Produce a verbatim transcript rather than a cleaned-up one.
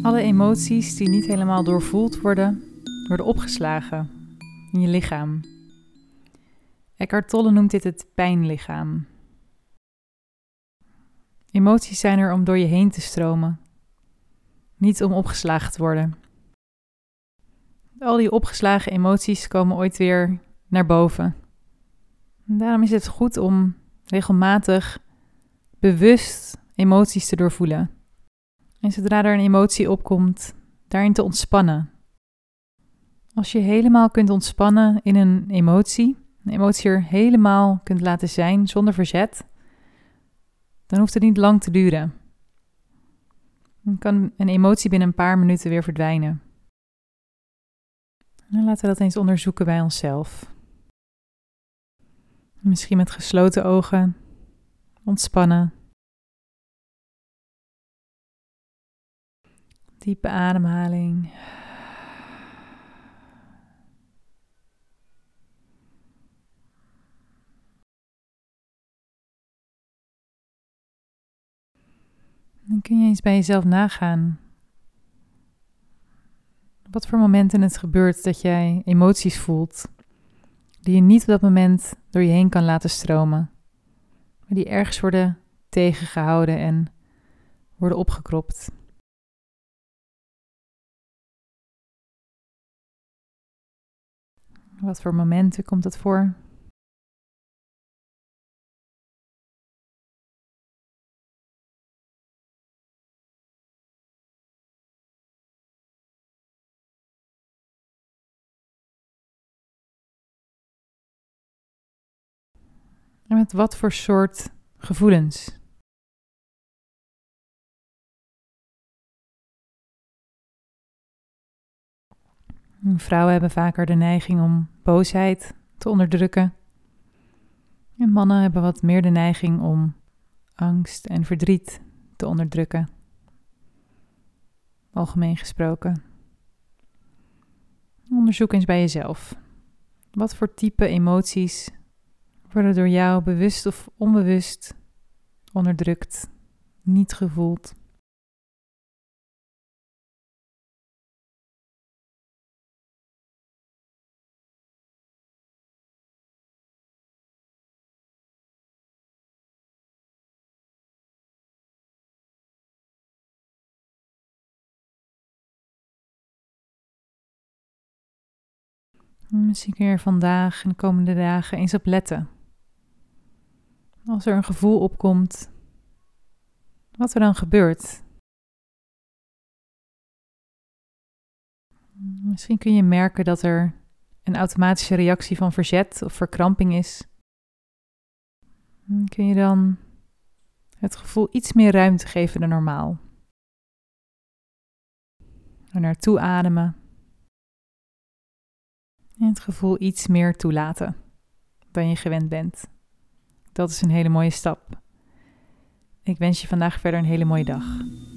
Alle emoties die niet helemaal doorvoeld worden, worden opgeslagen in je lichaam. Eckhart Tolle noemt dit het pijnlichaam. Emoties zijn er om door je heen te stromen, niet om opgeslagen te worden. Al die opgeslagen emoties komen ooit weer naar boven. En daarom is het goed om regelmatig bewust emoties te doorvoelen. En zodra er een emotie opkomt, daarin te ontspannen. Als je helemaal kunt ontspannen in een emotie, een emotie er helemaal kunt laten zijn zonder verzet, dan hoeft het niet lang te duren. Dan kan een emotie binnen een paar minuten weer verdwijnen. En laten we dat eens onderzoeken bij onszelf. Misschien met gesloten ogen, ontspannen. Diepe ademhaling. Dan kun je eens bij jezelf nagaan. Op wat voor momenten het gebeurt dat jij emoties voelt, die je niet op dat moment door je heen kan laten stromen, maar die ergens worden tegengehouden en worden opgekropt. Wat voor momenten komt dat voor? En met wat voor soort gevoelens? Vrouwen hebben vaker de neiging om boosheid te onderdrukken. En mannen hebben wat meer de neiging om angst en verdriet te onderdrukken. Algemeen gesproken. Onderzoek eens bij jezelf. Wat voor type emoties worden door jou bewust of onbewust onderdrukt, niet gevoeld? Misschien kun je er vandaag en de komende dagen eens op letten. Als er een gevoel opkomt, wat er dan gebeurt. Misschien kun je merken dat er een automatische reactie van verzet of verkramping is. Kun je dan het gevoel iets meer ruimte geven dan normaal. Er naartoe ademen. En het gevoel iets meer toelaten dan je gewend bent. Dat is een hele mooie stap. Ik wens je vandaag verder een hele mooie dag.